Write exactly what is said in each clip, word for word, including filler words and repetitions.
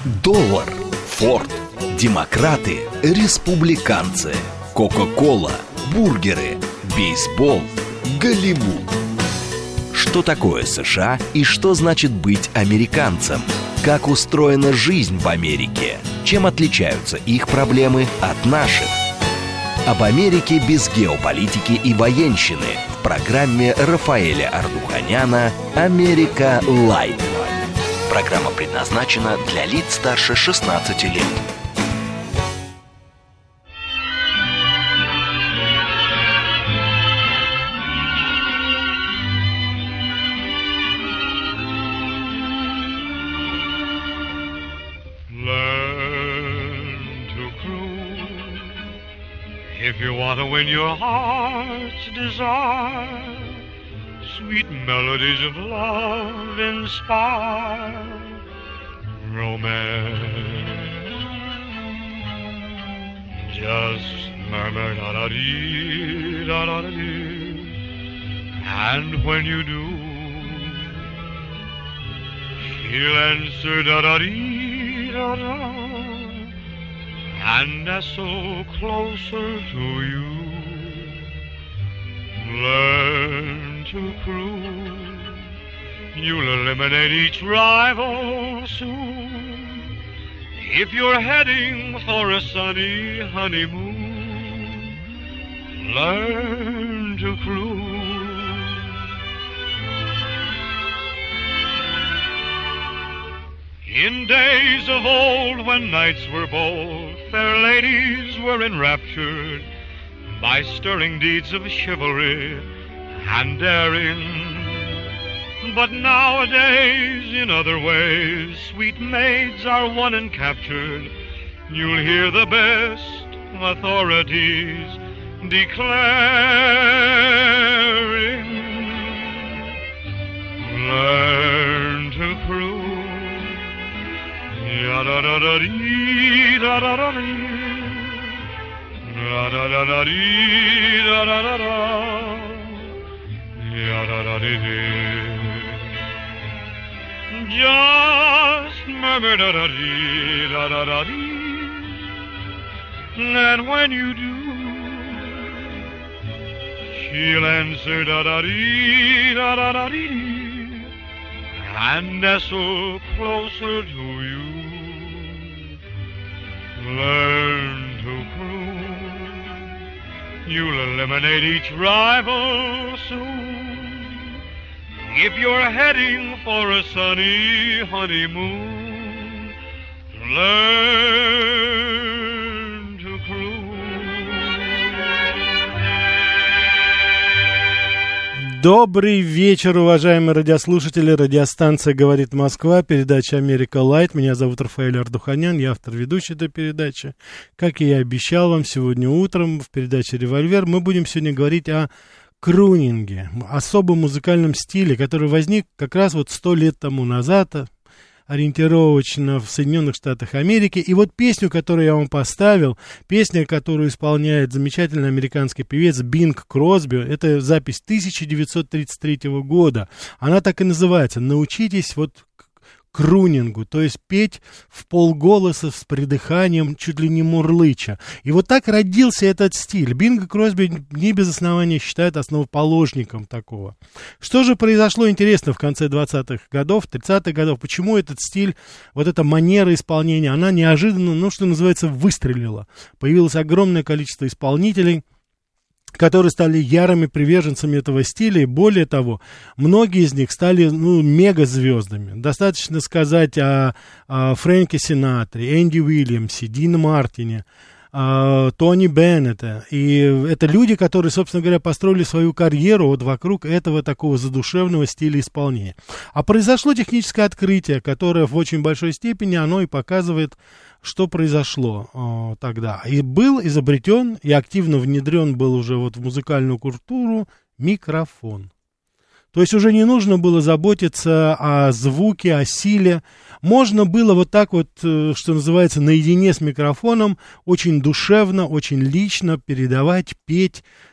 Доллар, Форд, демократы, республиканцы, Кока-кола, бургеры, бейсбол, Голливуд. Что такое США и что значит быть американцем? Как устроена жизнь в Америке? Чем отличаются их проблемы от наших? Об Америке без геополитики и военщины в программе Рафаэля Ардуханяна «Америка Лайт». Программа предназначена для лиц старше шестнадцати лет. If you want to win your heart's desire, sweet melodies of love inspire romance. Just murmur da-da-dee, da-da-dee, and when you do, she'll answer da-da-dee, da-da, and nestle closer to you. Learn to cruise, you'll eliminate each rival soon. If you're heading for a sunny honeymoon, learn to cruise. In days of old when knights were bold, fair ladies were enraptured by stirring deeds of chivalry and daring. But nowadays, in other ways, sweet maids are won and captured. You'll hear the best authorities declaring, learn to cruise, ya-da-da-da-dee, da-da-da-dee, da-da-da-da-dee, da-da-da-da, ya-da-da-dee-dee. Just murmur da-da-dee, da-da-da-dee, and when you do, she'll answer da-da-dee, da-da-da-dee, and nestle closer to you. Learn to cruise, you'll eliminate each rival soon. If you're heading for a sunny honeymoon, learn to cruise. Добрый вечер, уважаемые радиослушатели. Радиостанция «Говорит Москва», передача «Америка Лайт». Меня зовут Рафаэль Ардуханян, я автор-ведущий этой передачи. Как и я обещал вам сегодня утром в передаче «Револьвер», мы будем сегодня говорить о крунинге, особом музыкальном стиле, который возник как раз вот сто лет тому назад, ориентировочно в Соединенных Штатах Америки. И вот песню, которую я вам поставил, песня, которую исполняет замечательный американский певец Бинг Кросби, это запись тысяча девятьсот тридцать третьего года. Она так и называется «Научитесь вот крунингу», то есть петь в полголоса с придыханием, чуть ли не мурлыча. И вот так родился этот стиль. Бинга Кросби не без основания считают основоположником такого. Что же произошло, интересно, в конце двадцатых годов, тридцатых годов? Почему этот стиль, вот эта манера исполнения, она неожиданно, ну, что называется, выстрелила? Появилось огромное количество исполнителей, которые стали ярыми приверженцами этого стиля, и более того, многие из них стали, ну, мегазвездами. Достаточно сказать о, о Фрэнке Синатре, Энди Уильямсе, Дине Мартине, о Тони Беннете. И это люди, которые, собственно говоря, построили свою карьеру вот вокруг этого такого задушевного стиля исполнения. А произошло техническое открытие, которое в очень большой степени оно и показывает, что произошло э, тогда. И был изобретен и активно внедрен был уже вот в музыкальную культуру микрофон. То есть уже не нужно было заботиться о звуке, о силе. Можно было вот так вот, э, что называется, наедине с микрофоном очень душевно, очень лично передавать, петь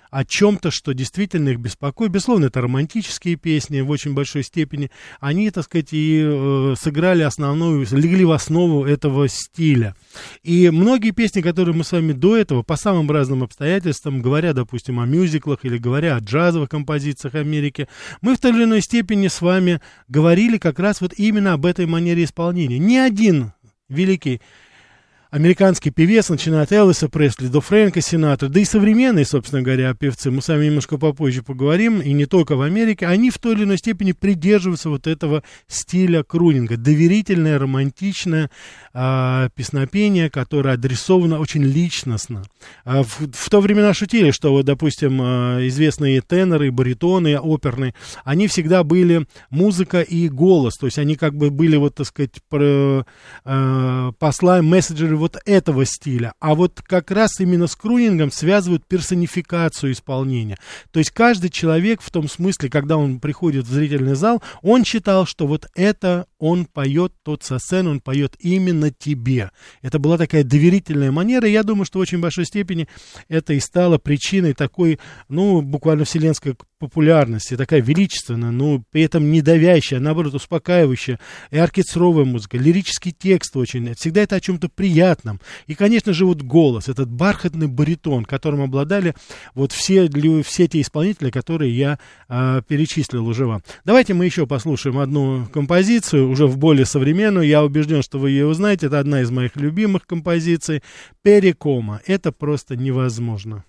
о чем-то, что действительно их беспокоит. Безусловно, это романтические песни в очень большой степени. Они, так сказать, и э, сыграли основную, легли в основу этого стиля. И многие песни, которые мы с вами до этого, по самым разным обстоятельствам, говоря, допустим, о мюзиклах или говоря о джазовых композициях Америки, мы в той или иной степени с вами говорили как раз вот именно об этой манере исполнения. Ни один великий американский певец, начиная от Элвиса Пресли до Фрэнка Синатра, да и современные, собственно говоря, певцы, мы с вами немножко попозже поговорим, и не только в Америке, они в той или иной степени придерживаются вот этого стиля крунинга, доверительное, романтичное э, песнопение, которое адресовано очень личностно. Э, в, в то времена шутили, что, вот, допустим, э, известные теноры, баритоны, оперные, они всегда были музыка и голос, то есть они как бы были, вот, так сказать, про, э, посла, мессенджеры вот этого стиля, а вот как раз именно с крунингом связывают персонификацию исполнения. То есть каждый человек в том смысле, когда он приходит в зрительный зал, он считал, что вот это он поет тот со сцены, он поет именно тебе. Это была такая доверительная манера, и я думаю, что в очень большой степени это и стало причиной такой, ну, буквально вселенской популярности, такая величественная, но при этом не давящая, а наоборот успокаивающая, и оркестровая музыка, лирический текст очень, всегда это о чем-то приятном. И, конечно же, вот голос, этот бархатный баритон, которым обладали вот все, все те исполнители, которые я а, перечислил уже вам. Давайте мы еще послушаем одну композицию, уже в более современную, я убежден, что вы ее узнаете, это одна из моих любимых композиций, Перри Комо. Это просто невозможно.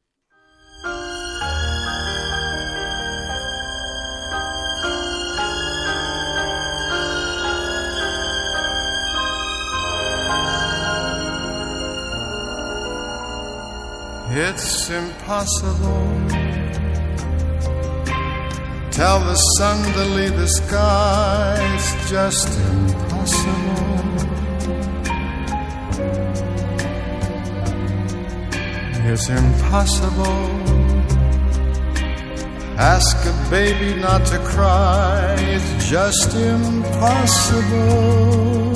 It's impossible. Tell the sun to leave the sky. It's just impossible. It's impossible. Ask a baby not to cry. It's just impossible.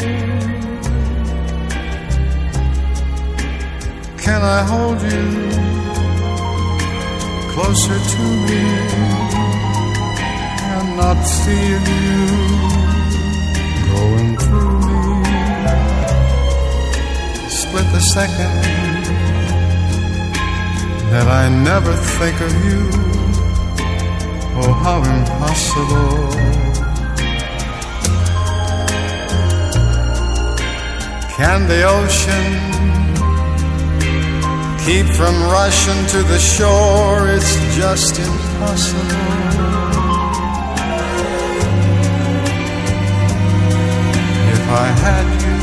Can I hold you closer to me and not feel you going through me? Split the second that I never think of you. Oh, how impossible. Can the ocean keep from rushing to the shore? It's just impossible. If I had you,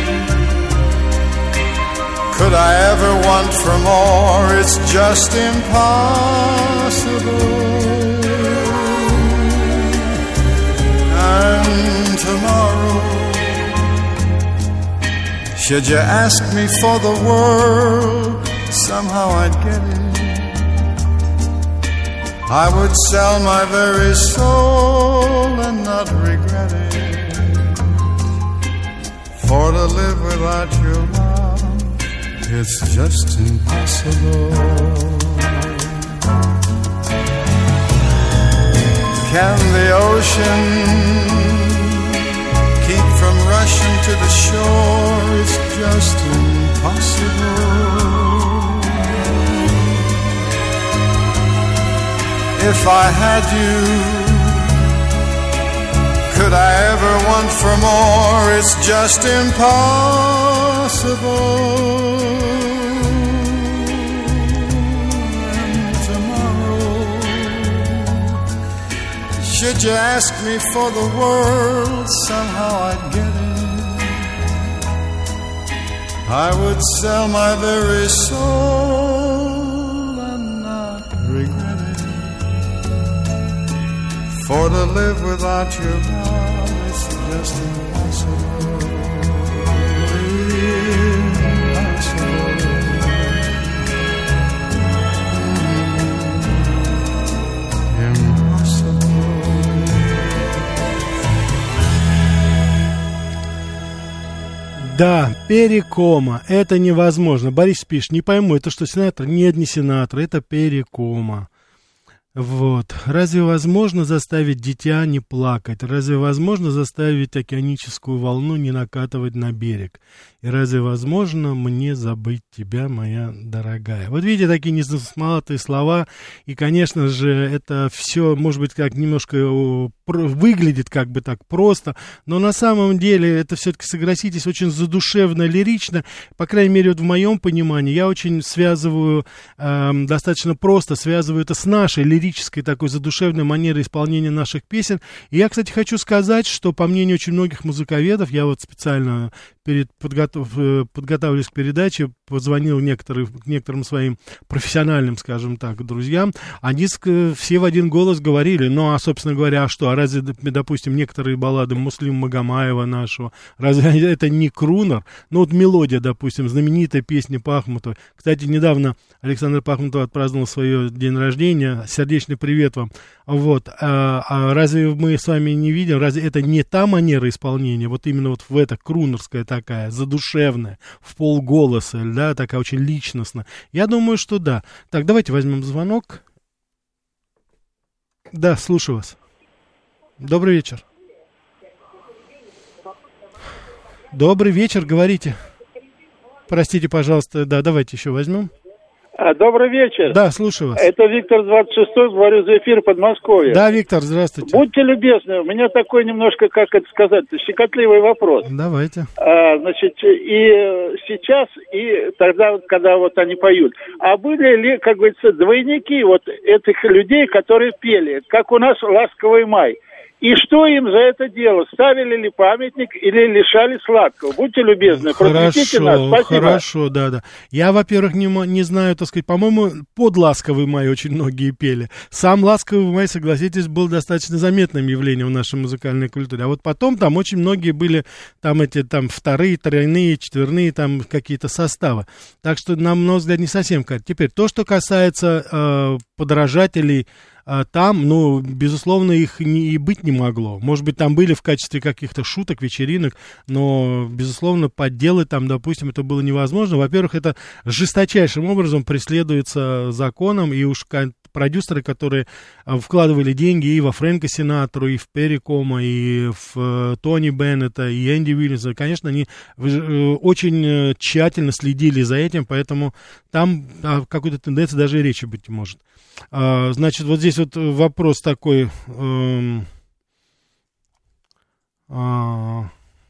could I ever want for more? It's just impossible. And tomorrow, should you ask me for the world, somehow I'd get it. I would sell my very soul and not regret it. For to live without your love, it's just impossible. Can the ocean keep from rushing to the shore? It's just impossible. If I had you, could I ever want for more? It's just impossible. And tomorrow, should you ask me for the world, somehow I'd get it. I would sell my very soul and not regret it. For to live without your love is just impossible. Impossible. Impossible. Да, перекома. Это невозможно. Борис пишет, не пойму, это что, сенатор? Нет, не сенатор, это перекома. Вот. Разве возможно заставить дитя не плакать? Разве возможно заставить океаническую волну не накатывать на берег? И разве возможно мне забыть тебя, моя дорогая? Вот видите, такие несмолотые слова. И, конечно же, это все, может быть, как немножко выглядит как бы так просто. Но на самом деле это все-таки, согласитесь, очень задушевно, лирично. По крайней мере, вот в моем понимании, я очень связываю, э, достаточно просто связываю это с нашей лирической такой задушевной манерой исполнения наших песен. И я, кстати, хочу сказать, что, по мнению очень многих музыковедов, я вот специально перед подготов... подготавливаясь к передаче, позвонил некоторым, некоторым своим профессиональным, скажем так, друзьям, они все в один голос говорили, ну, а, собственно говоря, а что, а разве, допустим, некоторые баллады Муслима Магомаева нашего, разве это не крунер? Ну, вот мелодия, допустим, знаменитая песня Пахмутова. Кстати, недавно Александр Пахмутов отпраздновал свой день рождения, сердечный привет вам. Вот, а, а разве мы с вами не видим, разве это не та манера исполнения, вот именно вот в это крунерская такая, задушевная, в полголоса, да, такая очень личностная? Я думаю, что да. Так, давайте возьмем звонок. Да, слушаю вас. Добрый вечер. Добрый вечер, говорите. Простите, пожалуйста, да, давайте еще возьмем. Добрый вечер. Да, слушаю вас. Это Виктор двадцать шестой, говорю за эфир Подмосковья. Да, Виктор, здравствуйте. Будьте любезны, у меня такой немножко, как это сказать, щекотливый вопрос. Давайте. А, значит, и сейчас, и тогда, когда вот они поют. А были ли, как говорится, двойники вот этих людей, которые пели, как у нас «Ласковый май»? И что им за это дело? Ставили ли памятник или лишали сладкого? Будьте любезны, просветите нас. Спасибо. Хорошо, да, да. Я, во-первых, не, не знаю, так сказать, по-моему, под «Ласковый май» очень многие пели. Сам «Ласковый май», согласитесь, был достаточно заметным явлением в нашей музыкальной культуре. А вот потом там очень многие были, там эти, там, вторые, тройные, четверные, там, какие-то составы. Так что, на мой взгляд, не совсем корректно. Теперь, то, что касается э, подражателей, там, ну, безусловно, их не, и быть не могло. Может быть, там были в качестве каких-то шуток, вечеринок, но, безусловно, подделать там, допустим, это было невозможно. Во-первых, это жесточайшим образом преследуется законом, и уж продюсеры, которые вкладывали деньги и во Фрэнка Синатру, и в Перри Кома, и в Тони Беннета, и Энди Уильямса, конечно, они очень тщательно следили за этим, поэтому там о какой-то тенденции даже и речи быть не может. Значит, вот здесь вот вопрос такой... Эм, а,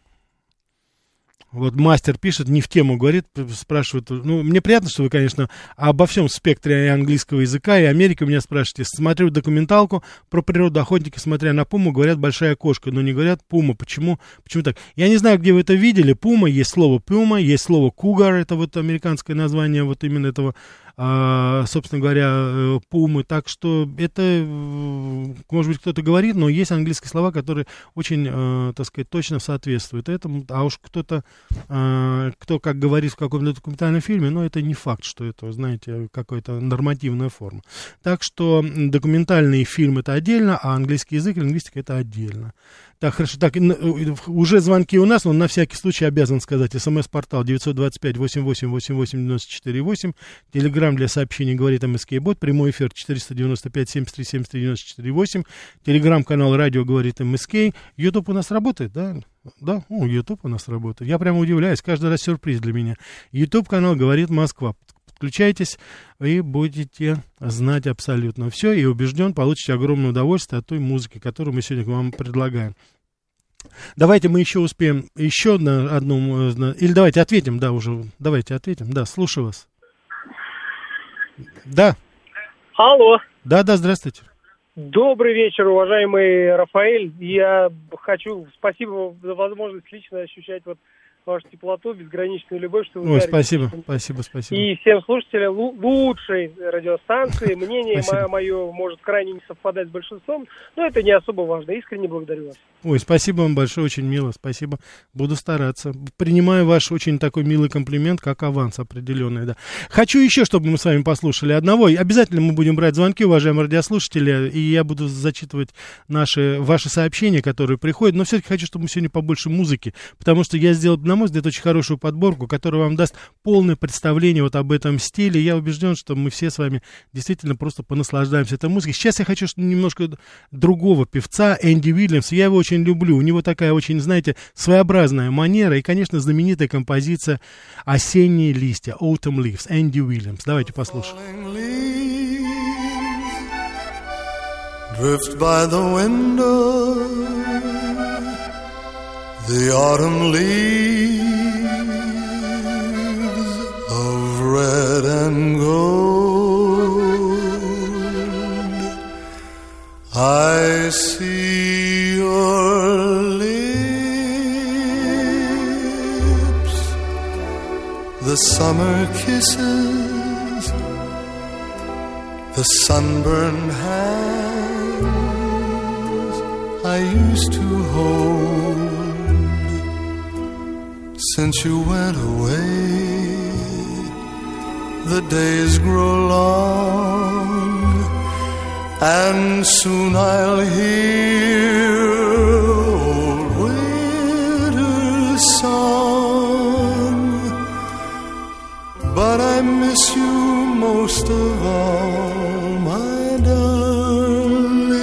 Вот мастер пишет, не в тему говорит, спрашивает. Ну, мне приятно, что вы, конечно, обо всем спектре английского языка и Америки у меня спрашиваете. Смотрю документалку про природу, охотники, смотря на пуму, говорят большая кошка, но не говорят пума. Почему? Почему так? Я не знаю, где вы это видели. Пума, есть слово пума, есть слово кугар, это вот американское название вот именно этого, собственно говоря, пумы. Так что это, может быть, кто-то говорит, но есть английские слова, которые очень, так сказать, точно соответствуют этому. А уж кто-то, кто как говорит в каком-то документальном фильме, но это не факт, что это, знаете, какая-то нормативная форма. Так что документальный фильм — это отдельно, а английский язык, лингвистика — это отдельно. Так, хорошо, так, уже звонки у нас, но на всякий случай обязан сказать. СМС-портал девять два пять восемь восемь восемь восемь девять четыре восемь, телеграмм для сообщений «Говорит МСК-бот», прямой эфир четыреста девяносто пять семьдесят три семьдесят три девяносто четыре восемь, телеграм-канал «Радио Говорит МСК». Ютуб у нас работает, да? Да, о, Ютуб у нас работает. Я прямо удивляюсь, каждый раз сюрприз для меня. Ютуб-канал «Говорит Москва». Подключайтесь и будете знать абсолютно все, и убежден, получите огромное удовольствие от той музыки, которую мы сегодня вам предлагаем. Давайте мы еще успеем еще на одну, или давайте ответим, да, уже, давайте ответим, да, слушаю вас. Да. Алло. Да, да, здравствуйте. Добрый вечер, уважаемый Рафаэль. Я хочу, спасибо за возможность лично ощущать вот вашу теплоту, безграничную любовь, что вы Ой, дарите. спасибо, спасибо, спасибо. И всем слушателям лучшей радиостанции. Мнение мое, мое может крайне не совпадать с большинством, но это не особо важно. Искренне благодарю вас. Ой, спасибо вам большое, очень мило, спасибо. Буду стараться. Принимаю ваш очень такой милый комплимент, как аванс определенный, да. Хочу еще, чтобы мы с вами послушали одного. Обязательно мы будем брать звонки, уважаемые радиослушатели, и я буду зачитывать наши, ваши сообщения, которые приходят. Но все-таки хочу, чтобы мы сегодня побольше музыки, потому что я сделал на на мой взгляд, очень хорошую подборку, которая вам даст полное представление вот об этом стиле. Я убежден, что мы все с вами действительно просто понаслаждаемся этой музыкой. Сейчас я хочу немножко другого певца, Энди Уильямс. Я его очень люблю. У него такая очень, знаете, своеобразная манера и, конечно, знаменитая композиция «Осенние листья», «Autumn Leaves», Энди Уильямс. Давайте послушаем. Drift by the window, the autumn leaves of red and gold. I see your lips, the summer kisses, the sunburned hands I used to hold. Since you went away, the days grow long, and soon I'll hear old winter's song. But I miss you most of all, my darling,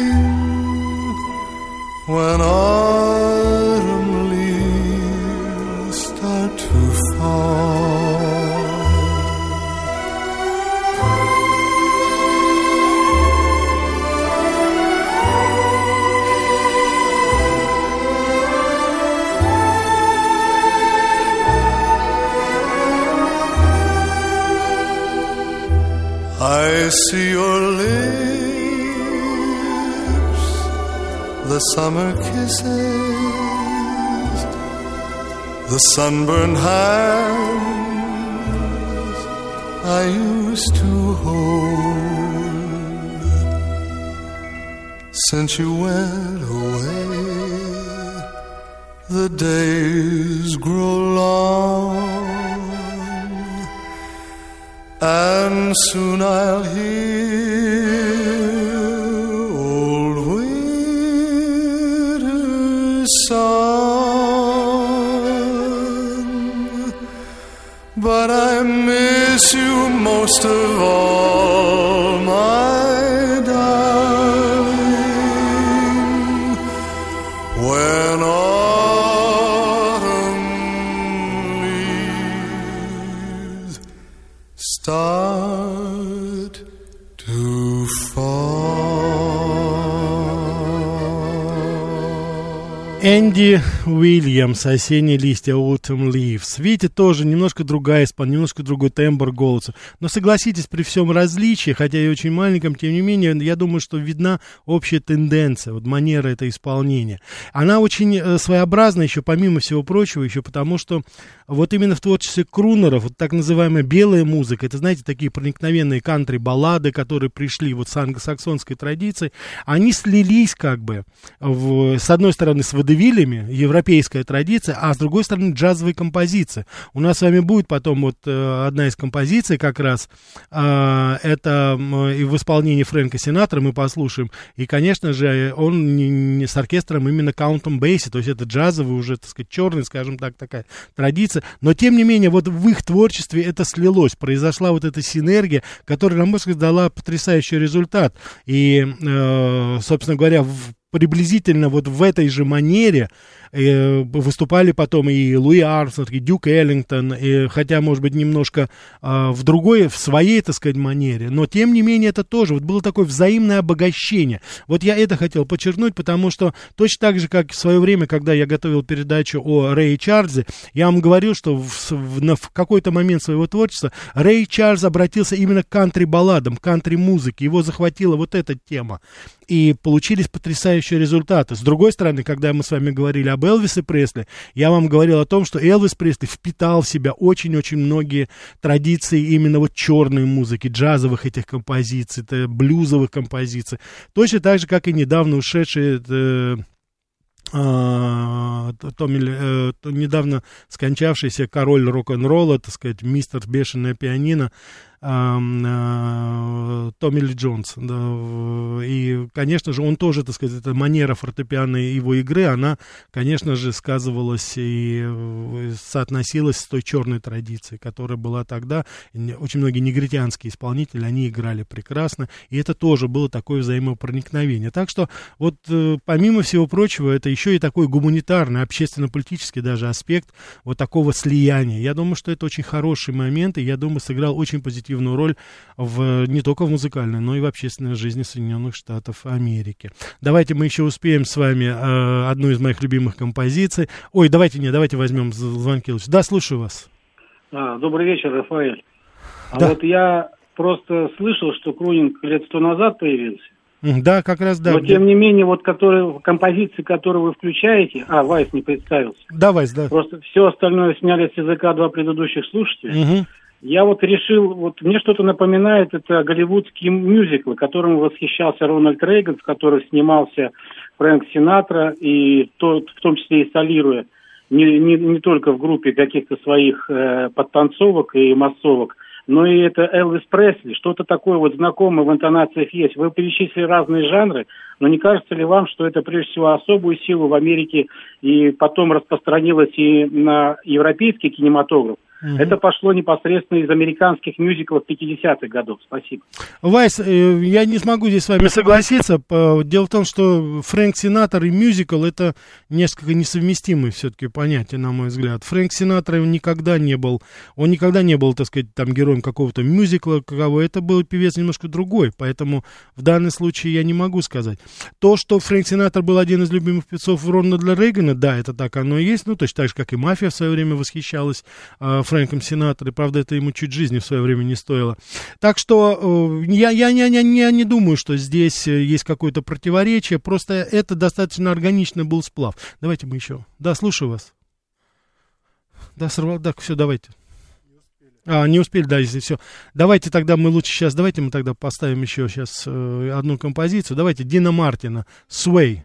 when autumn leaves start to fall. I see your lips, the summer kisses, the sunburned hands I used to hold. Since you went away, the days grow long, and soon I'll hear old winter's song. But I miss you most of all, my darling, when autumn leaves start to fall. Энди Уильямс, «Осенние листья», Autumn Leaves. Видите, тоже немножко другая исполнение, немножко другой тембр голоса. Но согласитесь, при всем различии, хотя и очень маленьком, тем не менее, я думаю, что видна общая тенденция, вот манера этого исполнения. Она очень э, своеобразна еще, помимо всего прочего, еще потому, что вот именно в творчестве крунеров, вот так называемая белая музыка, это, знаете, такие проникновенные кантри-баллады, которые пришли вот с англосаксонской традиции, они слились как бы, в, с одной стороны, с водевилями, европейская традиция, а с другой стороны, джазовые композиции. У нас с вами будет потом вот э, одна из композиций как раз, э, это э, в исполнении Фрэнка Синатра мы послушаем, и, конечно же, он не, не с оркестром именно Count Basie, то есть это джазовый уже, так сказать, черный, скажем так, такая традиция, но, тем не менее, вот в их творчестве это слилось, произошла вот эта синергия, которая, на мой взгляд, дала потрясающий результат, и, э, собственно говоря, в приблизительно вот в этой же манере э, выступали потом и Луи Армстронг, и Дюк Эллингтон, и, хотя, может быть, немножко э, в другой, в своей, так сказать, манере, но, тем не менее, это тоже вот было такое взаимное обогащение. Вот я это хотел подчеркнуть, потому что точно так же, как в свое время, когда я готовил передачу о Рэе Чарльзе, я вам говорил, что в, в, на, в какой-то момент своего творчества Рэй Чарльз обратился именно к кантри-балладам, кантри-музыке, его захватила вот эта тема, и получились потрясающие результаты. С другой стороны, когда мы с вами говорили об Элвисе Пресли, я вам говорил о том, что Элвис Пресли впитал в себя очень-очень многие традиции именно вот черной музыки, джазовых этих композиций, блюзовых композиций. Точно так же, как и недавно ушедший э, Uh, Томми, uh, недавно скончавшийся король рок-н-ролла, так сказать, мистер Бешеное пианино, Томми Ли Джонс. Да, и, конечно же, он тоже, так сказать, эта манера фортепианной его игры, она, конечно же, сказывалась и соотносилась с той черной традицией, которая была тогда. Очень многие негритянские исполнители, они играли прекрасно, и это тоже было такое взаимопроникновение. Так что, вот, помимо всего прочего, это еще и такой гуманитарный, общественно-политический даже аспект вот такого слияния. Я думаю, что это очень хороший момент, и я думаю, сыграл очень позитивную роль в, не только в музыкальной, но и в общественной жизни Соединенных Штатов Америки. Давайте мы еще успеем с вами э, одну из моих любимых композиций. Ой, давайте, не, давайте возьмем звонки лучше. Да, слушаю вас. А, добрый вечер, Рафаэль. А да. вот я просто слышал, что Крунинг лет сто назад появился. Да, как раз, да. Но, тем не менее, вот которые, композиции, которые вы включаете... А, Вайс не представился. Да, Вайс, да. Просто все остальное сняли с языка два предыдущих слушателя. Угу. Я вот решил... Вот мне что-то напоминает, это голливудский мюзикл, которым восхищался Рональд Рейган, в котором снимался Фрэнк Синатра, и тот, в том числе и солируя, не, не, не только в группе каких-то своих э, подтанцовок и массовок, но и это Элвис Пресли, что-то такое вот знакомое в интонациях есть. Вы перечислили разные жанры, но не кажется ли вам, что это прежде всего особую силу в Америке и потом распространилось и на европейский кинематограф? Угу. Это пошло непосредственно из американских мюзиклов пятидесятых годов. Спасибо. Вайс, я не смогу здесь с вами согласиться. Дело в том, что Фрэнк Синатор и мюзикл — это несколько несовместимые все-таки понятия, на мой взгляд. Фрэнк Синатор никогда не был, он никогда не был, так сказать, там героем какого-то мюзикла, какого. Это был певец немножко другой, поэтому в данном случае я не могу сказать. То, что Фрэнк Синатор был один из любимых певцов Рональда Рейгана, да, это так оно и есть, ну, точно так же, как и «Мафия» в свое время восхищалась Фрэнком Синатором, правда, это ему чуть жизни в свое время не стоило. Так что э, я, я, я, я, я не думаю, что здесь есть какое-то противоречие, просто это достаточно органичный был сплав. Давайте мы еще. Да, слушаю вас. Да, сорвал, да, все, давайте. А, не успели, да, если все. Давайте тогда мы лучше сейчас, давайте мы тогда поставим еще сейчас э, одну композицию. Давайте Дина Мартина, «Sway».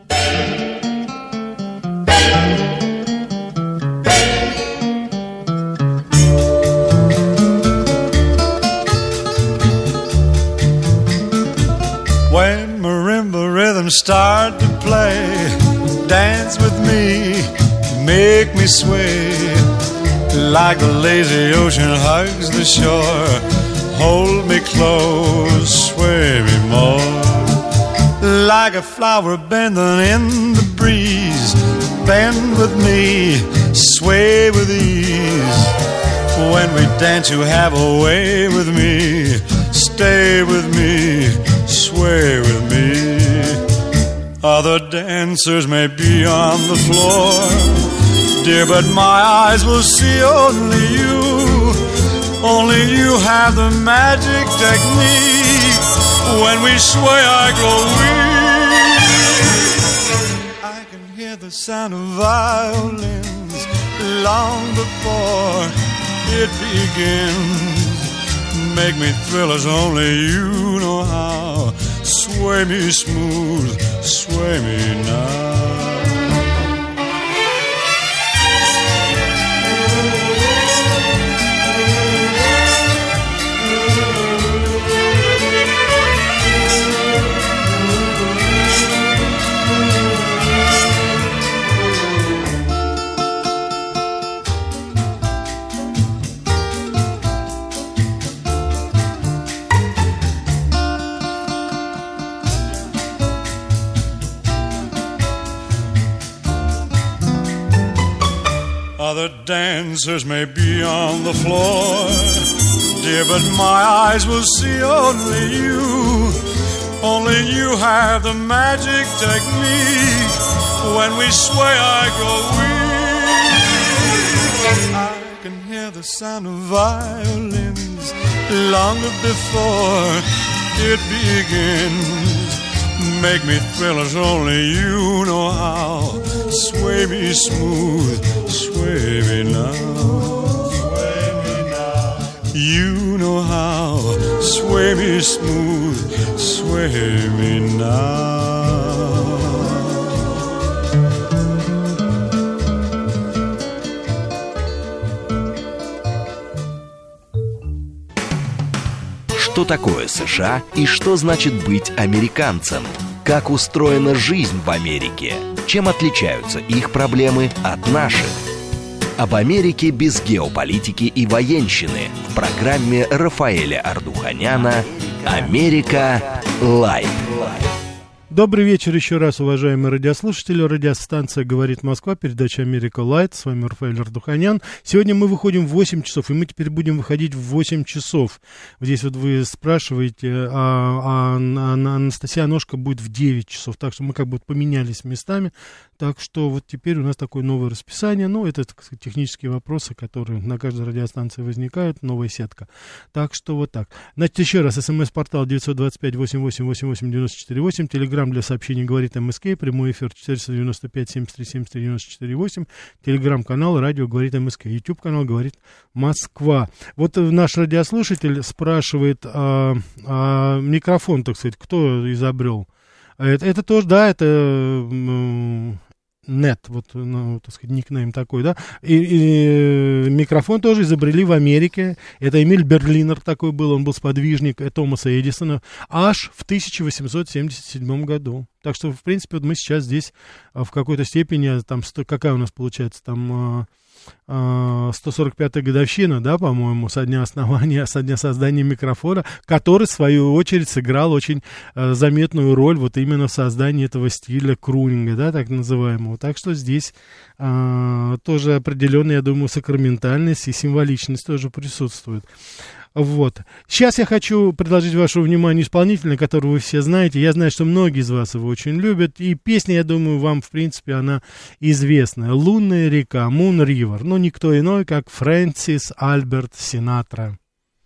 When marimba rhythms start to play, dance with me, make me sway. Like the lazy ocean hugs the shore, hold me close, sway me more. Like a flower bending in the breeze, bend with me, sway with ease. When we dance you have a way with me, stay with me, sway with me. Other dancers may be on the floor, dear, but my eyes will see only you. Only you have the magic technique. When we sway I grow weak. I can hear the sound of violins long before it begins. Make me thrill as only you know how. Sway me smooth, sway me now. Other dancers may be on the floor, dear, but my eyes will see only you. Only you have the magic technique. When we sway I grow weak. I can hear the sound of violins long before it begins. Make me thrill as only you know how. Sway me smooth, sway me now. Sway me now. You know how. Sway me smooth, sway me now. Что такое США и что значит быть американцем? Как устроена жизнь в Америке? Чем отличаются их проблемы от наших? Об Америке без геополитики и военщины в программе Рафаэля Ардуханяна «Америка Лайт». Добрый вечер еще раз, уважаемые радиослушатели. Радиостанция «Говорит Москва», передача «Америка Лайт». С вами Рафаэль Ардуханян. Сегодня мы выходим в восемь часов, и мы теперь будем выходить в восемь часов. Здесь вот вы спрашиваете, а, а, а Анастасия Ножка будет в девять часов. Так что мы как бы поменялись местами. Так что вот теперь у нас такое новое расписание. Ну, это, так сказать, технические вопросы, которые на каждой радиостанции возникают. Новая сетка. Так что вот так. Значит, еще раз. СМС-портал девять два пять восемь восемь восемь восемь девять четыре восемь. Телеграмм для сообщений «Говорит МСК», прямой эфир четыреста девяносто пять семьдесят три семьдесят три девяносто четыре восемь, телеграм-канал «Радио Говорит МСК», YouTube-канал «Говорит Москва». Вот наш радиослушатель спрашивает, а, а, микрофон, так сказать, кто изобрел? Это, это тоже, да, это... Нет, вот, ну, так сказать, никнейм такой, да, и, и микрофон тоже изобрели в Америке, это Эмиль Берлинер такой был, он был сподвижник Томаса Эдисона, аж в тысяча восемьсот семьдесят седьмом году. Так что, в принципе, вот мы сейчас здесь в какой-то степени, там, какая у нас получается, там... сто сорок пятая годовщина, да, по-моему, со дня основания, со дня создания микрофона, который, в свою очередь, сыграл очень э, заметную роль вот именно в создании этого стиля крунинга, да, так называемого. Так что здесь э, тоже определенная, я думаю, сакраментальность и символичность тоже присутствует. Вот. Сейчас я хочу предложить вашему вниманию исполнителя, которого вы все знаете. Я знаю, что многие из вас его очень любят. И песня, я думаю, вам, в принципе, она известная. «Лунная река», «Moon River». Но никто иной, как Фрэнсис Альберт Синатра.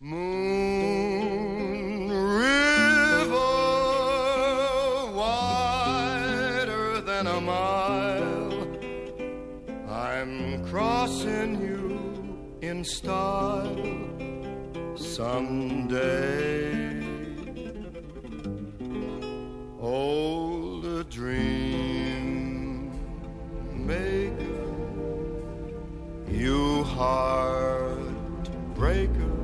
Moon River, wider than a mile, I'm crossing you in style. Someday, old a dream maker, you heartbreaker,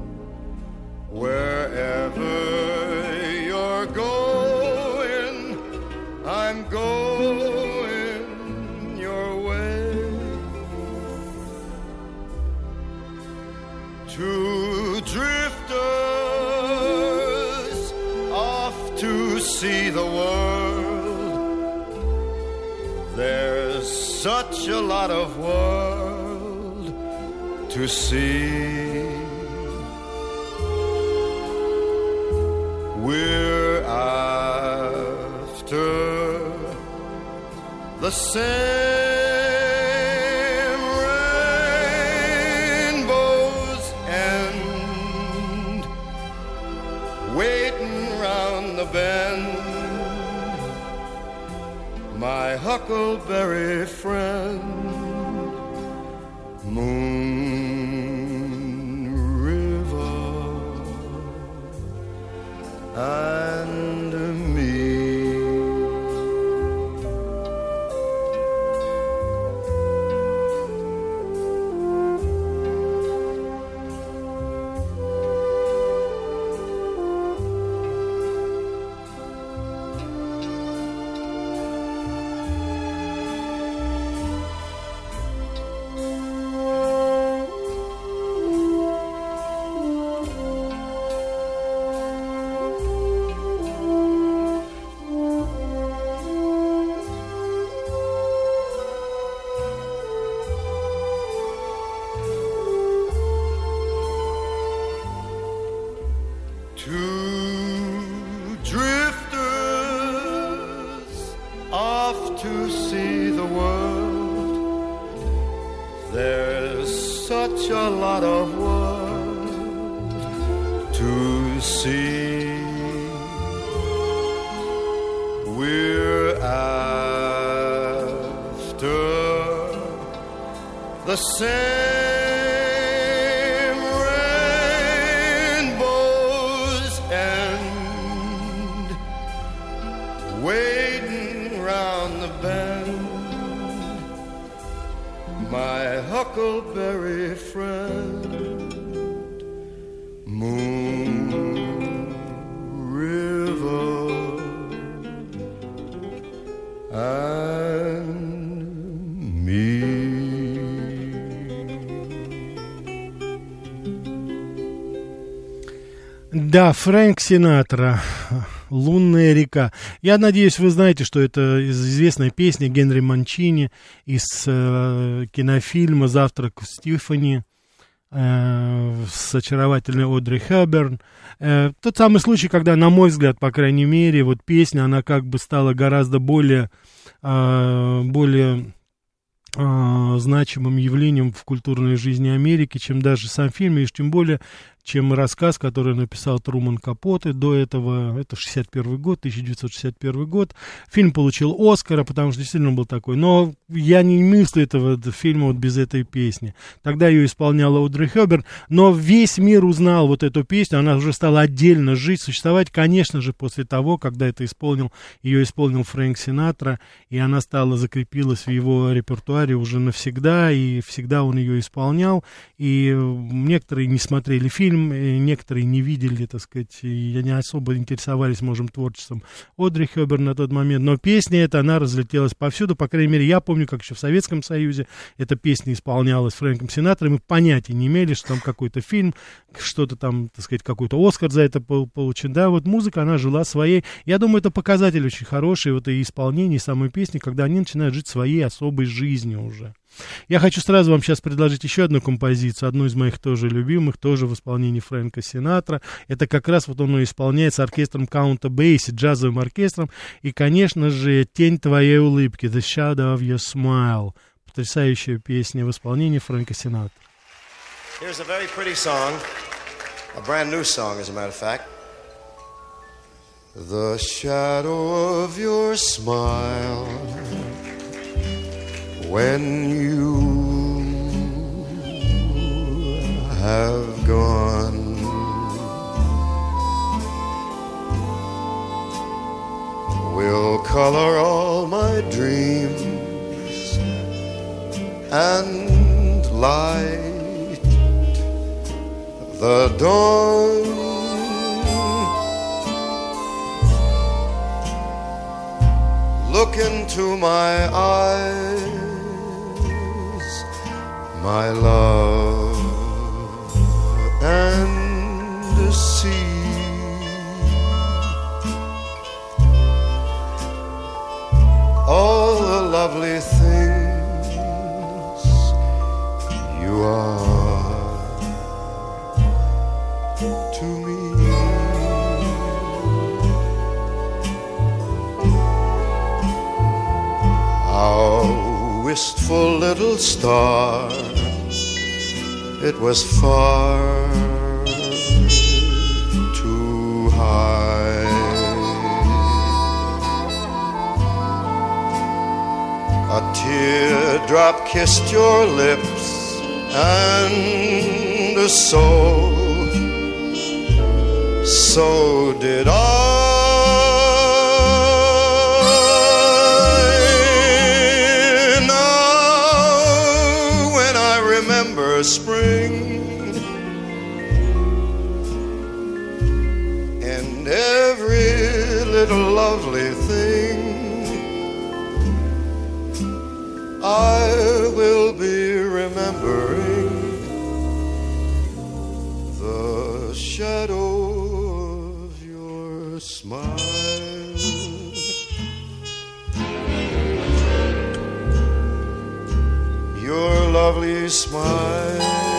wherever you're going, I'm going your way. Two drifters off to see the world. There's such a lot of world to see. We're after the same bend, my huckleberry friend, Moon River, and me. The same rainbow's end, waiting round the bend, my huckleberry friend, Moon Да, Фрэнк Синатра, «Лунная река». Я надеюсь, вы знаете, что это известная песня Генри Манчини из э, кинофильма «Завтрак с Тиффани» э, с очаровательной Одри Хепберн. Э, тот самый случай, когда, на мой взгляд, по крайней мере, вот песня, она как бы стала гораздо более, э, более э, значимым явлением в культурной жизни Америки, чем даже сам фильм, и тем более чем рассказ, который написал Труман Капоте до этого. Это шестьдесят первый год, тысяча девятьсот шестьдесят первый год. Фильм получил Оскара, потому что действительно он был такой. Но я не мыслю этого фильма вот без этой песни. Тогда ее исполняла Одри Хепберн, но весь мир узнал вот эту песню, она уже стала отдельно жить, существовать, конечно же, после того, когда это исполнил, ее исполнил Фрэнк Синатра, и она стала, закрепилась в его репертуаре уже навсегда, и всегда он ее исполнял, и некоторые не смотрели фильм, некоторые не видели, так сказать, и не особо интересовались, можем, творчеством Одри Хепберн на тот момент, но песня эта, она разлетелась повсюду, по крайней мере, я помню, как еще в Советском Союзе эта песня исполнялась Фрэнком Синатрой, мы понятия не имели, что там какой-то фильм, что-то там, так сказать, какой-то Оскар за это получен, да, вот музыка, она жила своей, я думаю, это показатель очень хороший, вот и исполнение самой песни, когда они начинают жить своей особой жизнью уже. Я хочу сразу вам сейчас предложить еще одну композицию, одну из моих тоже любимых, тоже в исполнении Фрэнка Синатра. Это как раз вот он исполняет с оркестром Каунта Бейси, джазовым оркестром. И, конечно же, «Тень твоей улыбки», «The Shadow of Your Smile». Потрясающая песня в исполнении Фрэнка Синатра. Here's a very pretty song, a brand new song, as a matter of fact. The shadow of your smile when you have gone, will color all my dreams and light the dawn. Look into my eyes, my love, and see all the lovely things you are to me. How wistful little star, it was far too high. A teardrop kissed your lips, and so, so did I. Spring and every little lovely thing I will be remembering, the shadow of your smile. Your lovely smile.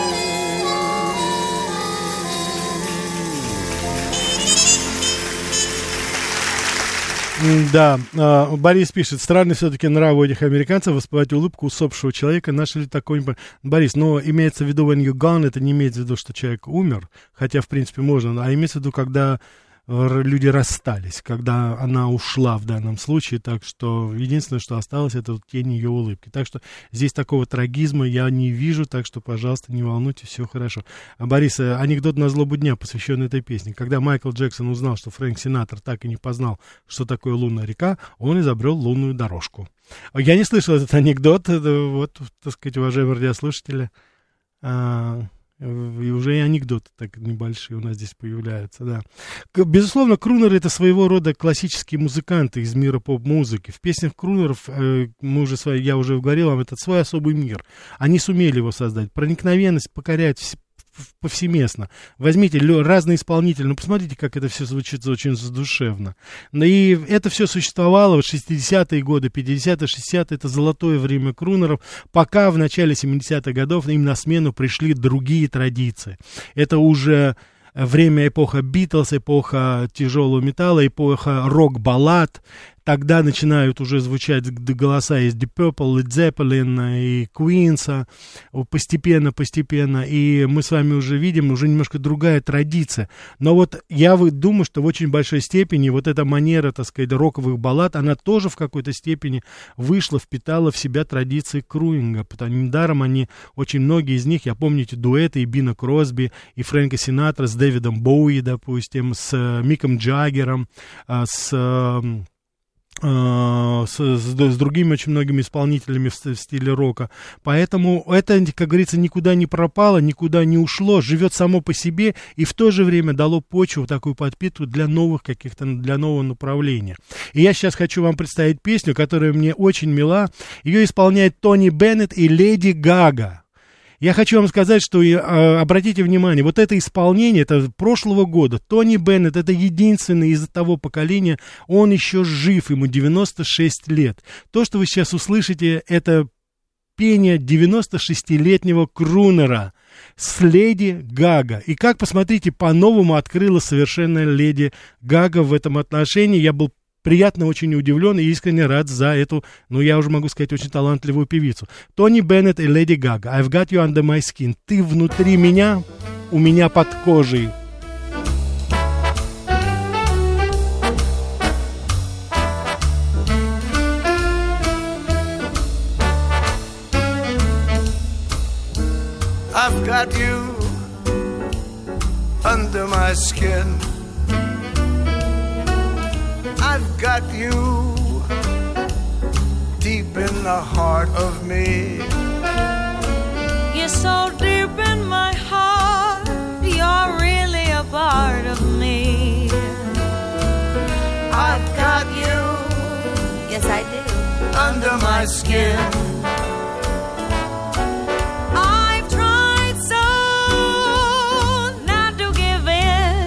Да, Борис пишет, странный все-таки нрав у этих американцев воспевать улыбку усопшего человека. Наши ли такой... Борис, но имеется в виду when you're gone, это не имеется в виду, что человек умер, хотя, в принципе, можно, а имеется в виду, когда люди расстались, когда она ушла в данном случае, так что единственное, что осталось, это вот тень ее улыбки. Так что здесь такого трагизма я не вижу, так что, пожалуйста, не волнуйтесь, все хорошо. А, Борис, анекдот на злобу дня, посвященный этой песне. Когда Майкл Джексон узнал, что Фрэнк Синатра так и не познал, что такое лунная река, он изобрел лунную дорожку. Я не слышал этот анекдот, это, вот, так сказать, уважаемые радиослушатели, а... И уже и анекдоты так небольшие у нас здесь появляются, да. Безусловно, крунеры — это своего рода классические музыканты из мира поп-музыки. В песнях крунеров, э, мы уже свои, я уже говорил вам, это свой особый мир. Они сумели его создать. Проникновенность покоряет повсеместно. Возьмите разные исполнители, ну, посмотрите, как это все звучит очень задушевно. И это все существовало в шестидесятые годы, пятидесятые, шестидесятые, это золотое время крунеров, пока в начале семидесятых годов им на смену пришли другие традиции. Это уже время, эпоха Битлз, эпоха тяжелого металла, эпоха рок-баллад. Тогда начинают уже звучать голоса из Deep Purple, Led Zeppelin и Queen's, постепенно, постепенно, и мы с вами уже видим, уже немножко другая традиция. Но вот я думаю, что в очень большой степени вот эта манера, так сказать, роковых баллад, она тоже в какой-то степени вышла, впитала в себя традиции крунинга, потому что недаром они, очень многие из них, я помните дуэты и Бина Кросби, и Фрэнка Синатра с Дэвидом Боуи, допустим, с Миком Джаггером, с... С, с, с другими очень многими исполнителями в, в стиле рока. Поэтому это, как говорится, никуда не пропало, никуда не ушло, живет само по себе и в то же время дало почву, такую подпитку для новых каких-то, для нового направления. И я сейчас хочу вам представить песню, которая мне очень мила. Ее исполняет Тони Беннет и Леди Гага. Я хочу вам сказать, что, э, обратите внимание, вот это исполнение, это прошлого года, Тони Беннет, это единственный из того поколения, он еще жив, ему девяносто шесть лет. То, что вы сейчас услышите, это пение девяностошестилетнего крунера с Леди Гага. И как, посмотрите, по-новому открыла совершенно Леди Гага в этом отношении. Я был приятно очень удивлен и искренне рад за эту, ну, я уже могу сказать, очень талантливую певицу. Тони Беннет и Леди Гага. I've got you under my skin. Ты внутри меня, у меня под кожей. I've got you under my skin. I've got you deep in the heart of me. You're so deep in my heart, you're really a part of me. I've got you, yes I do, under my skin. I've tried so not to give in.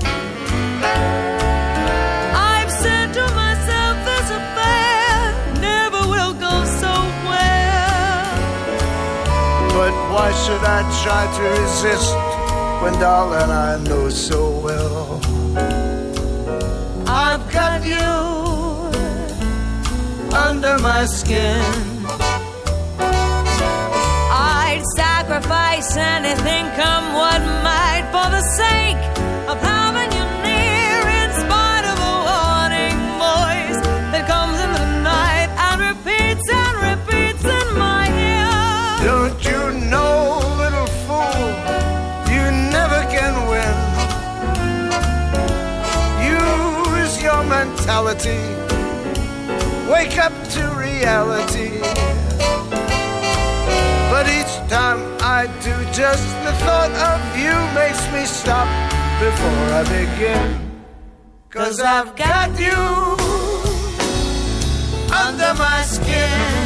I've said to myself this affair never will go so well. But why should I try to resist when, darling, I know so well I've got you under my skin. I'd sacrifice anything, come what might, for the sake of having you near, in spite of a warning voice that comes in the night and repeats and repeats in my ear. Don't you know, little fool, you never can win. Use your mentality, wake up to reality. But each time I do, just the thought of you makes me stop before I begin. 'Cause I've got you under my skin.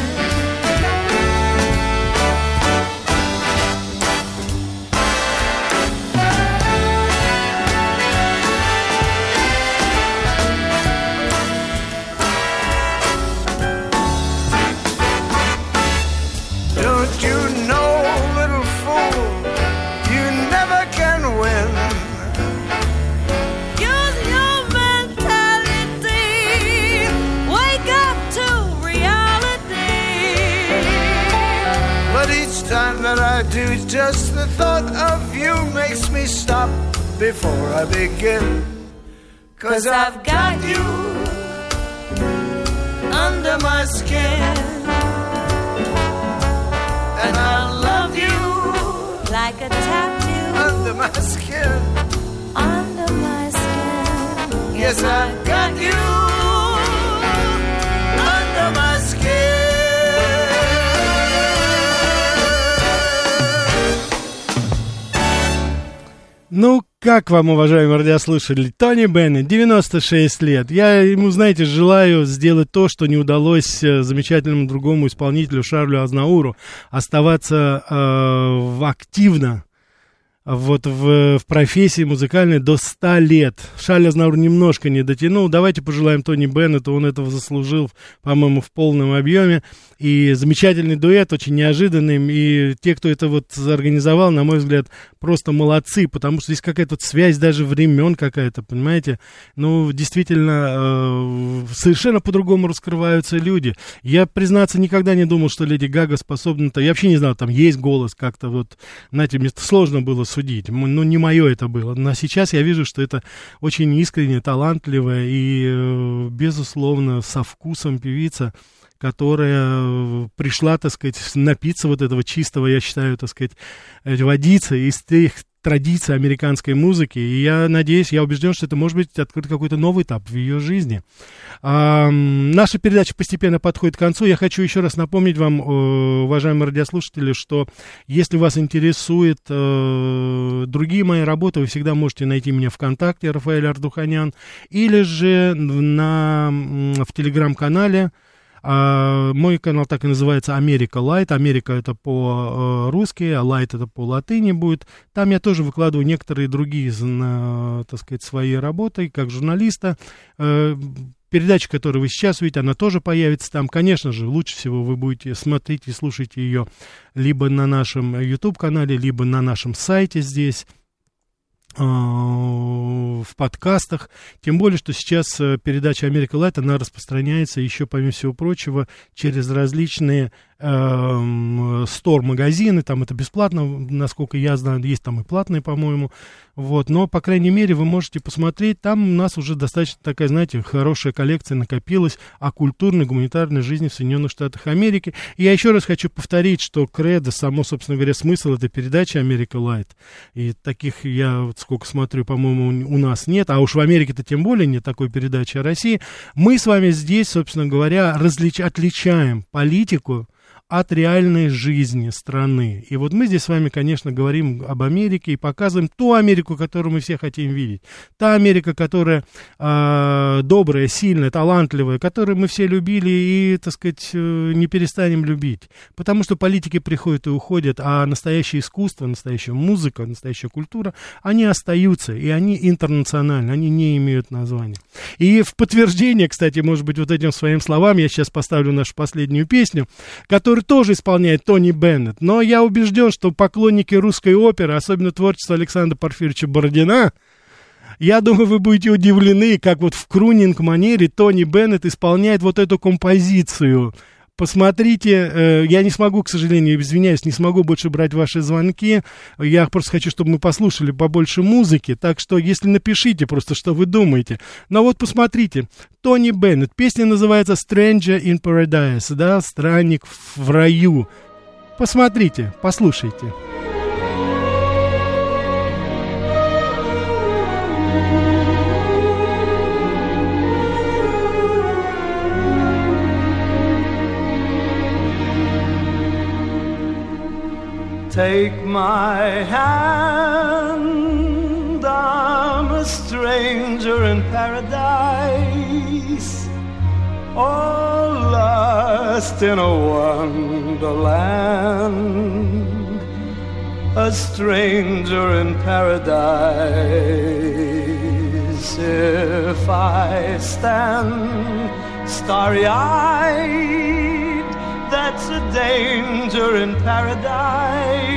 Don't you know, little fool, you never can win. Use your mentality, wake up to reality. But each time that I do, just the thought of you makes me stop before I begin. 'Cause I've got you under my skin. And I love you Like a tattoo under my skin. under my skin. Yes, I've got you under my skin. Ну, как вам, уважаемые радиослушатели, Тони Беннет, девяносто шесть лет. Я ему, знаете, желаю сделать то, что не удалось замечательному другому исполнителю Шарлю Азнавуру, оставаться э, активно, вот в, в профессии музыкальной до ста лет. Шарль Азнаур немножко не дотянул. Давайте пожелаем Тони Беннету, он этого заслужил, по-моему, в полном объеме. И замечательный дуэт, очень неожиданный. И те, кто это вот организовал, на мой взгляд, просто молодцы, потому что здесь какая-то вот связь даже времен какая-то, понимаете? Ну, действительно, э, совершенно по-другому раскрываются люди. Я, признаться, никогда не думал, что Леди Гага способна-то... Я вообще не знал, там есть голос как-то вот... Знаете, мне сложно было судить. Ну, не мое это было. Но сейчас я вижу, что это очень искренне, талантливая и, э, безусловно, со вкусом певица, которая пришла, так сказать, напиться вот этого чистого, я считаю, так сказать, водицы из тех традиций американской музыки. И я надеюсь, я убежден, что это может быть открыт какой-то новый этап в ее жизни. А, наша передача постепенно подходит к концу. Я хочу еще раз напомнить вам, уважаемые радиослушатели, что если вас интересуют э, другие мои работы, вы всегда можете найти меня ВКонтакте, Рафаэль Ардуханян, или же на, в Телеграм-канале. Uh, мой канал так и называется Америка Лайт. Америка это по-русски, uh, а Лайт это по-латыни будет. Там я тоже выкладываю некоторые другие, uh, так сказать, свои работы, как журналиста. Uh, передача, которую вы сейчас видите, она тоже появится там. Конечно же, лучше всего вы будете смотреть и слушать ее либо на нашем YouTube-канале, либо на нашем сайте здесь, в подкастах, тем более, что сейчас передача Америка Лайт, она распространяется еще, помимо всего прочего, через различные э, стор-магазины, там это бесплатно, насколько я знаю, есть там и платные, по-моему, вот, но, по крайней мере, вы можете посмотреть, там у нас уже достаточно такая, знаете, хорошая коллекция накопилась о культурной, гуманитарной жизни в Соединенных Штатах Америки, и я еще раз хочу повторить, что кредо, само, собственно говоря, смысл этой передачи Америка Лайт, и таких я вот сколько смотрю, по-моему, у нас нет, а уж в Америке-то тем более нет такой передачи о России. Мы с вами здесь, собственно говоря, различ... отличаем политику от реальной жизни страны. И вот мы здесь с вами, конечно, говорим об Америке и показываем ту Америку, которую мы все хотим видеть. Та Америка, которая э, добрая, сильная, талантливая, которую мы все любили и, так сказать, э, не перестанем любить. Потому что политики приходят и уходят, а настоящее искусство, настоящая музыка, настоящая культура, они остаются, и они интернациональны, они не имеют названия. И в подтверждение, кстати, может быть, вот этим своим словам, я сейчас поставлю нашу последнюю песню, которую тоже исполняет Тони Беннет. Но я убежден, что поклонники русской оперы, особенно творчества Александра Порфирьевича Бородина, я думаю, вы будете удивлены, как вот в крунинг-манере Тони Беннет исполняет вот эту композицию. Посмотрите, э, я не смогу, к сожалению, извиняюсь, не смогу больше брать ваши звонки. Я просто хочу, чтобы мы послушали побольше музыки. Так что, если напишите просто, что вы думаете. Но вот посмотрите, Тони Беннет, песня называется «Stranger in Paradise», да, «Странник в раю». Посмотрите, послушайте. Take my hand, I'm a stranger in paradise, all lost in a wonderland, a stranger in paradise. If I stand starry-eyed, that's a danger in paradise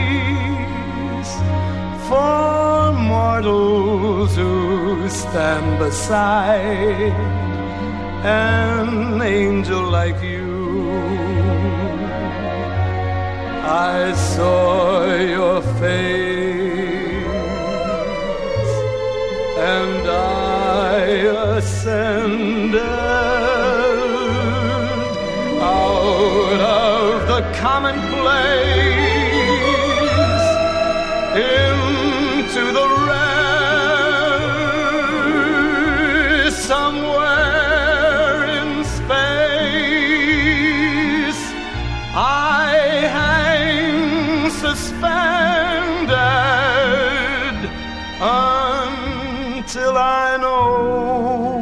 for mortals who stand beside an angel like you. I saw your face and I ascended out of the commonplace into the rare somewhere in space. I hang suspended until I know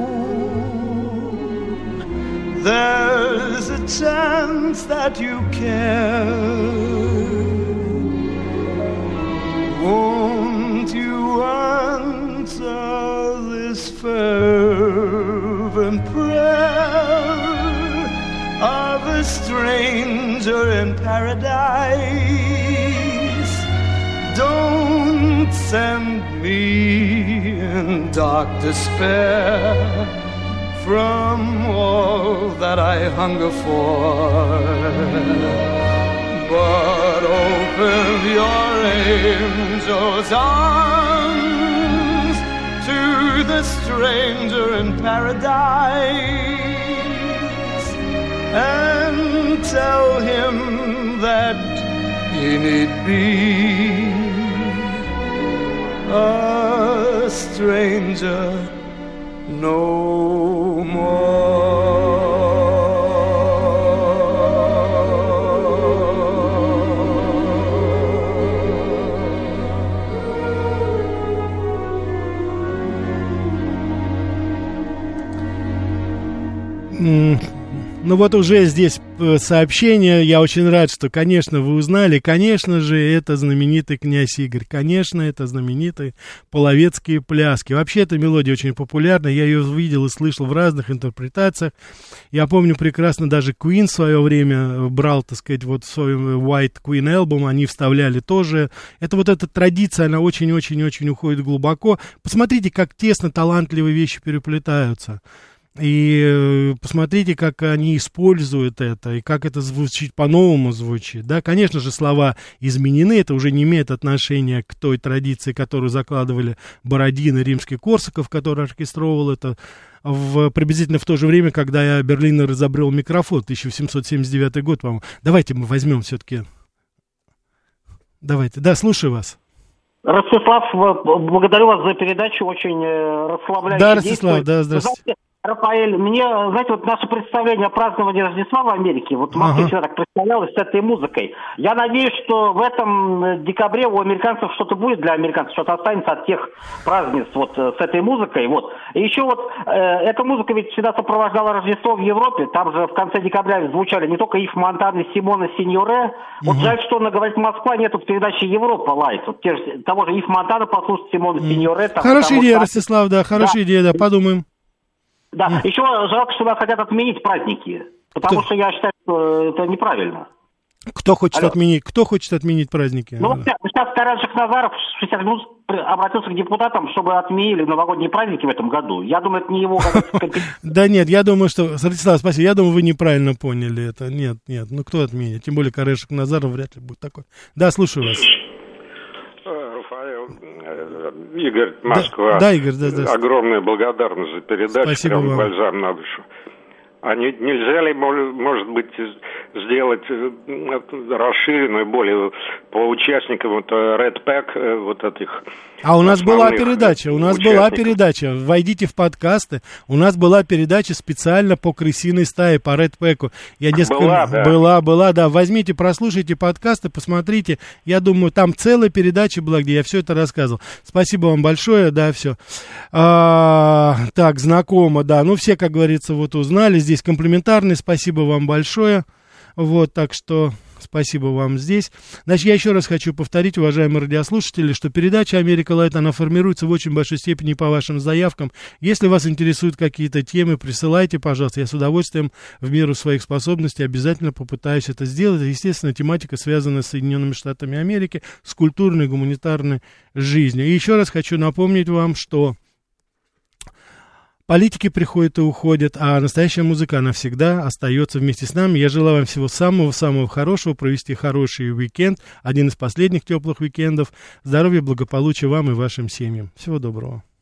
there's a chance that you care. Won't and prayer of a stranger in paradise. Don't send me in dark despair from all that I hunger for, but open your angel's arms to the stranger in paradise and tell him that he need be a stranger no more. Ну вот уже здесь сообщение, я очень рад, что, конечно, вы узнали, конечно же, это знаменитый князь Игорь, конечно, это знаменитые половецкие пляски. Вообще эта мелодия очень популярна, я ее видел и слышал в разных интерпретациях. Я помню прекрасно, даже Queen в свое время брал, так сказать, вот в своем White Queen альбом, они вставляли тоже. Это вот эта традиция, она очень-очень-очень уходит глубоко. Посмотрите, как тесно талантливые вещи переплетаются. И посмотрите, как они используют это, и как это звучит, по-новому звучит. Да, конечно же, слова изменены, это уже не имеет отношения к той традиции, которую закладывали Бородин и Римский-Корсаков, который оркестровал это в, приблизительно в то же время, когда Берлинер изобрел микрофон, тысяча восемьсот семьдесят девятый год, по-моему. Давайте мы возьмем все-таки. Давайте, да, слушаю вас. Ростислав, благодарю вас за передачу, очень расслабляющая. Да, Ростислав, да, здравствуйте. Рафаэль, мне, знаете, вот наше представление о праздновании Рождества в Америке, вот в Москве ага. всегда так представлялось с этой музыкой. Я надеюсь, что в этом декабре у американцев что-то будет для американцев, что-то останется от тех празднеств вот с этой музыкой. Вот. И еще вот э, эта музыка ведь всегда сопровождала Рождество в Европе. Там же в конце декабря звучали не только Ив Монтана, Симона Синьоре. Вот угу. жаль, что она говорит, Москва нету в передаче Европа Лайт. Вот те же, того же Ив Монтана послушать, Симона угу. Синьоре. Там, хорошая идея, вот, Ростислав, да, хорошая да. идея, да, подумаем. Да, mm. еще жалко, что нас хотят отменить праздники, потому Кто? что я считаю, что это неправильно. Кто хочет Алло. отменить? Кто хочет отменить праздники? Ну, вот сейчас Карен Шахназаров шестьдесят минут обратился к депутатам, чтобы отменили новогодние праздники в этом году. Я думаю, это не его... Да нет, я думаю, что... Ростислав, спасибо, я думаю, вы неправильно поняли это. Нет, нет, ну кто отменит? Тем более Карен Шахназаров вряд ли будет такой. Да, слушаю вас. Игорь, Москва. Да, да, Игорь, да, да. Огромная благодарность за передачу. Спасибо прям вам. Бальзам на душу. А не, нельзя ли, может быть, сделать расширенную, более по участникам вот, Red Pack, вот этих... А у нас была передача, у нас была передача, войдите в подкасты, у нас была передача специально по крысиной стае, по Red Pack. Я несколько... Была, да. Была, была, да. Возьмите, прослушайте подкасты, посмотрите. Я думаю, там целая передача была, где я все это рассказывал. Спасибо вам большое, да, все. А, так, знакомо, да. Ну, все, как говорится, вот узнали. Здесь комплиментарный, спасибо вам большое. Вот, так что... Спасибо вам здесь. Значит, я еще раз хочу повторить, уважаемые радиослушатели, что передача «Америка Лайт», она формируется в очень большой степени по вашим заявкам. Если вас интересуют какие-то темы, присылайте, пожалуйста. Я с удовольствием в меру своих способностей обязательно попытаюсь это сделать. Естественно, тематика связана с Соединенными Штатами Америки, с культурной и гуманитарной жизнью. И еще раз хочу напомнить вам, что политики приходят и уходят, а настоящая музыка, она всегда остается вместе с нами. Я желаю вам всего самого-самого хорошего, провести хороший уикенд, один из последних теплых уикендов. Здоровья, благополучия вам и вашим семьям. Всего доброго.